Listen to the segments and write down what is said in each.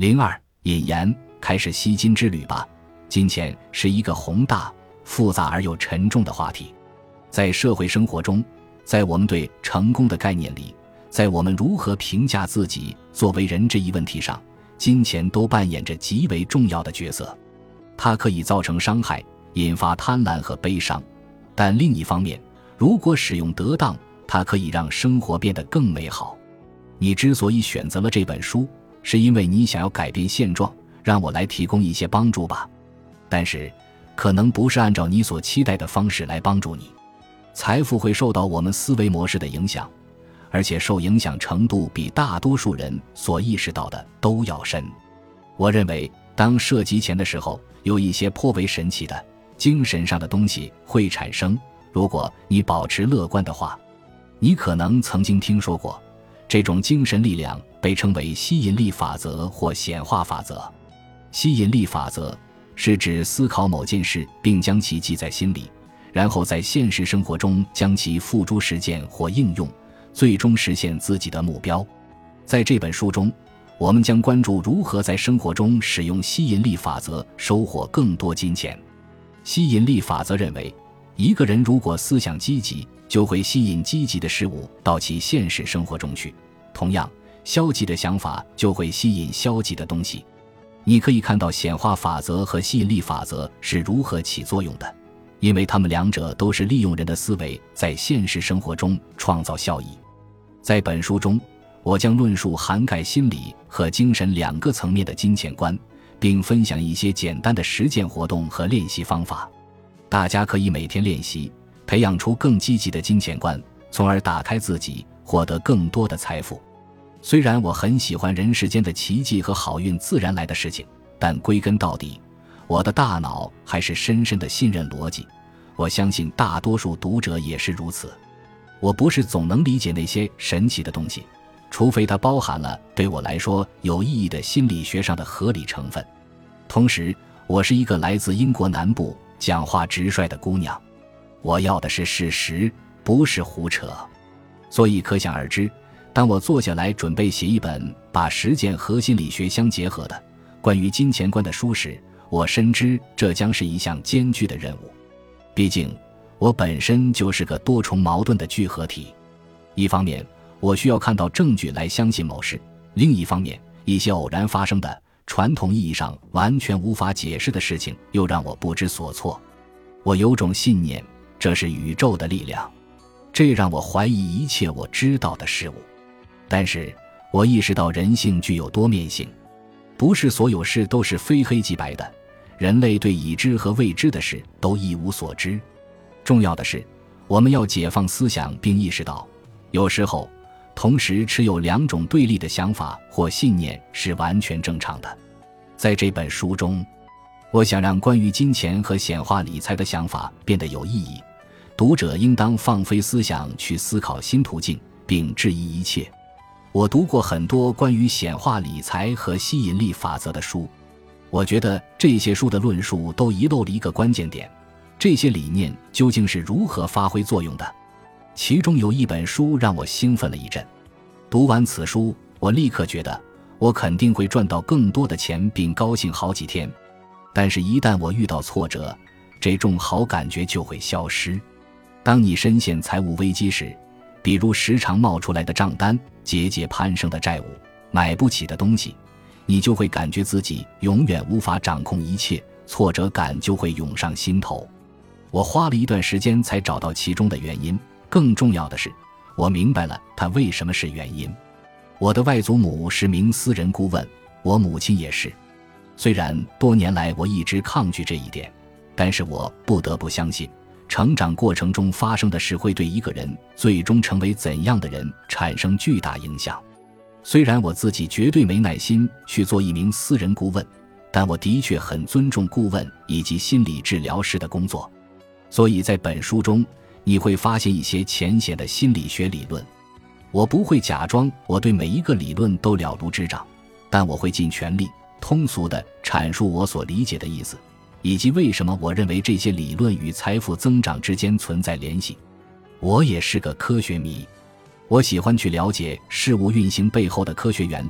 02引言，开始吸金之旅吧。金钱是一个宏大、复杂而又沉重的话题。在社会生活中，在我们对成功的概念里，在我们如何评价自己作为人这一问题上，金钱都扮演着极为重要的角色。它可以造成伤害，引发贪婪和悲伤，但另一方面，如果使用得当，它可以让生活变得更美好。你之所以选择了这本书，是因为你想要改变现状，让我来提供一些帮助吧。但是，可能不是按照你所期待的方式来帮助你。财富会受到我们思维模式的影响，而且受影响程度比大多数人所意识到的都要深。我认为，当涉及钱的时候，有一些颇为神奇的精神上的东西会产生。如果你保持乐观的话，你可能曾经听说过，这种精神力量被称为吸引力法则或显化法则。吸引力法则是指思考某件事并将其记在心里，然后在现实生活中将其付诸实践或应用，最终实现自己的目标。在这本书中，我们将关注如何在生活中使用吸引力法则收获更多金钱。吸引力法则认为，一个人如果思想积极，就会吸引积极的事物到其现实生活中去，同样，消极的想法就会吸引消极的东西。你可以看到显化法则和吸引力法则是如何起作用的，因为它们两者都是利用人的思维在现实生活中创造效益。在本书中，我将论述涵盖心理和精神两个层面的金钱观，并分享一些简单的实践活动和练习方法。大家可以每天练习，培养出更积极的金钱观，从而打开自己，获得更多的财富。虽然我很喜欢人世间的奇迹和好运自然来的事情，但归根到底，我的大脑还是深深地信任逻辑。我相信大多数读者也是如此。我不是总能理解那些神奇的东西，除非它包含了对我来说有意义的心理学上的合理成分。同时，我是一个来自英国南部、讲话直率的姑娘。我要的是事实，不是胡扯。所以可想而知，当我坐下来准备写一本把实践和心理学相结合的关于金钱观的书时，我深知这将是一项艰巨的任务。毕竟，我本身就是个多重矛盾的聚合体。一方面，我需要看到证据来相信某事；另一方面，一些偶然发生的、传统意义上完全无法解释的事情又让我不知所措。我有种信念，这是宇宙的力量，这让我怀疑一切我知道的事物。但是，我意识到人性具有多面性，不是所有事都是非黑即白的，人类对已知和未知的事都一无所知。重要的是，我们要解放思想并意识到，有时候同时持有两种对立的想法或信念是完全正常的。在这本书中，我想让关于金钱和显化理财的想法变得有意义。读者应当放飞思想去思考新途径，并质疑一切。我读过很多关于显化理财和吸引力法则的书，我觉得这些书的论述都遗漏了一个关键点，这些理念究竟是如何发挥作用的。其中有一本书让我兴奋了一阵，读完此书，我立刻觉得我肯定会赚到更多的钱并高兴好几天。但是一旦我遇到挫折，这种好感觉就会消失。当你深陷财务危机时，比如时常冒出来的账单、节节攀升的债务、买不起的东西，你就会感觉自己永远无法掌控一切，挫折感就会涌上心头。我花了一段时间才找到其中的原因，更重要的是，我明白了它为什么是原因。我的外祖母是名私人顾问，我母亲也是。虽然多年来我一直抗拒这一点，但是我不得不相信，成长过程中发生的事会对一个人最终成为怎样的人产生巨大影响。虽然我自己绝对没耐心去做一名私人顾问，但我的确很尊重顾问以及心理治疗师的工作。所以在本书中，你会发现一些浅显的心理学理论。我不会假装我对每一个理论都了如指掌，但我会尽全力通俗地阐述我所理解的意思，以及为什么我认为这些理论与财富增长之间存在联系。我也是个科学迷，我喜欢去了解事物运行背后的科学原理，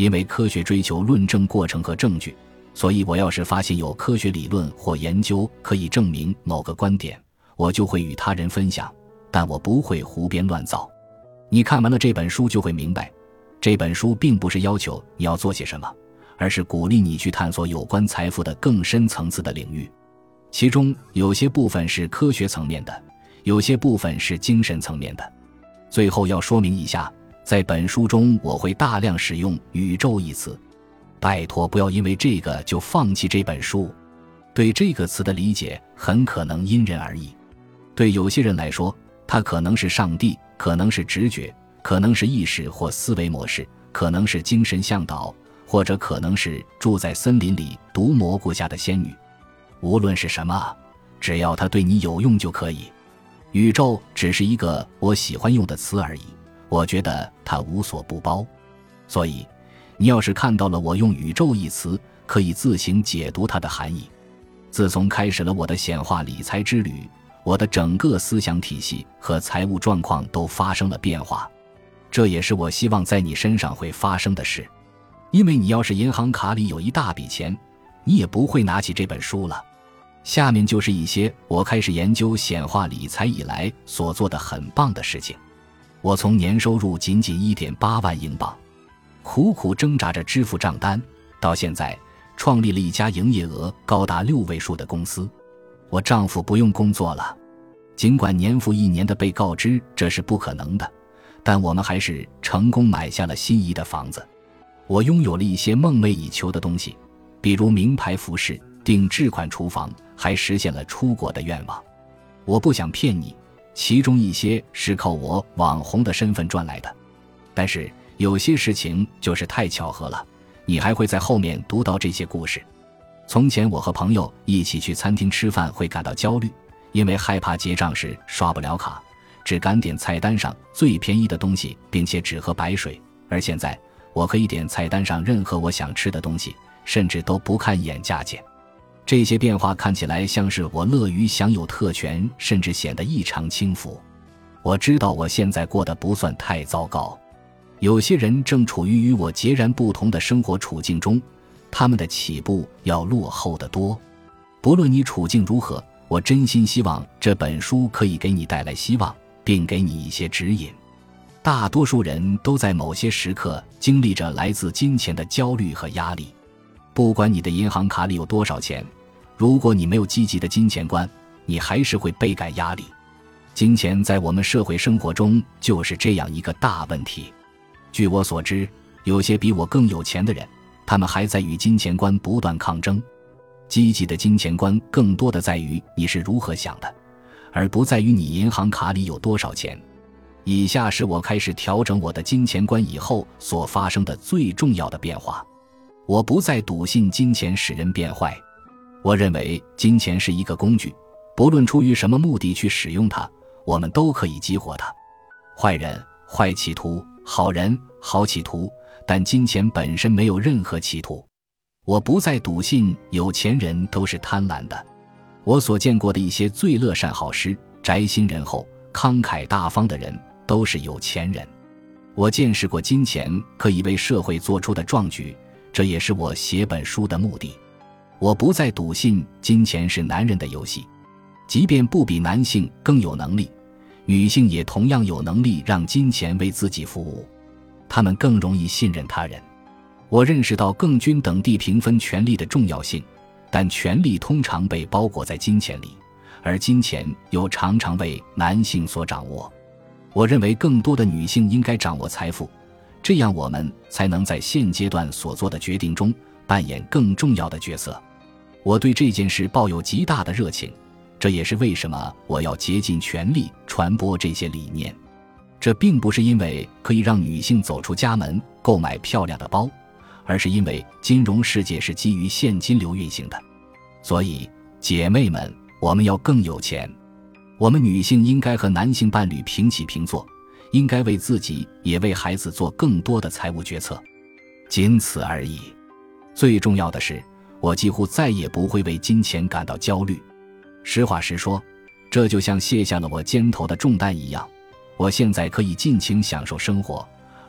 因为科学追求论证过程和证据，所以我要是发现有科学理论或研究可以证明某个观点，我就会与他人分享，但我不会胡编乱造。你看完了这本书就会明白，这本书并不是要求你要做些什么，而是鼓励你去探索有关财富的更深层次的领域。其中有些部分是科学层面的，有些部分是精神层面的。最后要说明一下，在本书中我会大量使用宇宙一词，拜托不要因为这个就放弃这本书。对这个词的理解很可能因人而异，对有些人来说，它可能是上帝，可能是直觉，可能是意识或思维模式，可能是精神向导，或者可能是住在森林里毒蘑菇下的仙女。无论是什么，只要它对你有用就可以。宇宙只是一个我喜欢用的词而已，我觉得它无所不包。所以你要是看到了我用宇宙一词，可以自行解读它的含义。自从开始了我的显化理财之旅，我的整个思想体系和财务状况都发生了变化，这也是我希望在你身上会发生的事。因为你要是银行卡里有一大笔钱，你也不会拿起这本书了。下面就是一些我开始研究显化理财以来所做的很棒的事情。我从年收入仅仅 1.8 万英镑，苦苦挣扎着支付账单，到现在创立了一家营业额高达6位数的公司。我丈夫不用工作了，尽管年复一年的被告知这是不可能的，但我们还是成功买下了心仪的房子。我拥有了一些梦寐以求的东西，比如名牌服饰、定制款厨房，还实现了出国的愿望。我不想骗你，其中一些是靠我网红的身份赚来的，但是有些事情就是太巧合了，你还会在后面读到这些故事。从前我和朋友一起去餐厅吃饭会感到焦虑，因为害怕结账时刷不了卡，只敢点菜单上最便宜的东西，并且只喝白水。而现在我可以点菜单上任何我想吃的东西，甚至都不看一眼价钱。这些变化看起来像是我乐于享有特权，甚至显得异常轻浮。我知道我现在过得不算太糟糕，有些人正处于与我截然不同的生活处境中，他们的起步要落后得多。不论你处境如何，我真心希望这本书可以给你带来希望，并给你一些指引。大多数人都在某些时刻经历着来自金钱的焦虑和压力。不管你的银行卡里有多少钱，如果你没有积极的金钱观，你还是会倍感压力。金钱在我们社会生活中就是这样一个大问题。据我所知，有些比我更有钱的人，他们还在与金钱观不断抗争。积极的金钱观更多的在于你是如何想的，而不在于你银行卡里有多少钱。以下是我开始调整我的金钱观以后所发生的最重要的变化。我不再笃信金钱使人变坏。我认为金钱是一个工具，不论出于什么目的去使用它，我们都可以激活它。坏人坏企图，好人好企图，但金钱本身没有任何企图。我不再笃信有钱人都是贪婪的。我所见过的一些最乐善好施、宅心仁厚、慷慨大方的人都是有钱人。我见识过金钱可以为社会做出的壮举，这也是我写本书的目的。我不再笃信金钱是男人的游戏，即便不比男性更有能力，女性也同样有能力让金钱为自己服务，她们更容易信任他人。我认识到更均等地平分权力的重要性，但权力通常被包裹在金钱里，而金钱又常常为男性所掌握。我认为更多的女性应该掌握财富，这样我们才能在现阶段所做的决定中扮演更重要的角色。我对这件事抱有极大的热情，这也是为什么我要竭尽全力传播这些理念。这并不是因为可以让女性走出家门购买漂亮的包，而是因为金融世界是基于现金流运行的。所以姐妹们，我们要更有钱。我们女性应该和男性伴侣平起平坐，应该为自己也为孩子做更多的财务决策，仅此而已。最重要的是，我几乎再也不会为金钱感到焦虑。实话实说，这就像卸下了我肩头的重担一样，我现在可以尽情享受生活，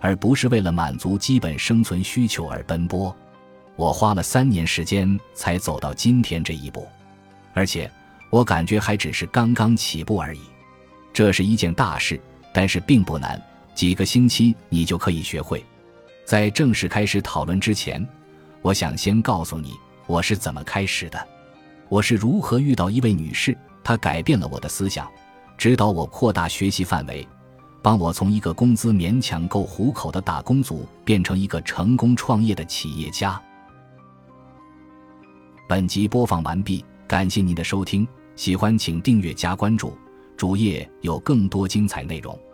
而不是为了满足基本生存需求而奔波。我花了3年时间才走到今天这一步，而且我感觉还只是刚刚起步而已。这是一件大事，但是并不难，几个星期你就可以学会。在正式开始讨论之前，我想先告诉你我是怎么开始的。我是如何遇到一位女士，她改变了我的思想，指导我扩大学习范围，帮我从一个工资勉强够糊口的打工族变成一个成功创业的企业家。本集播放完毕，感谢您的收听，喜欢请订阅加关注，主页有更多精彩内容。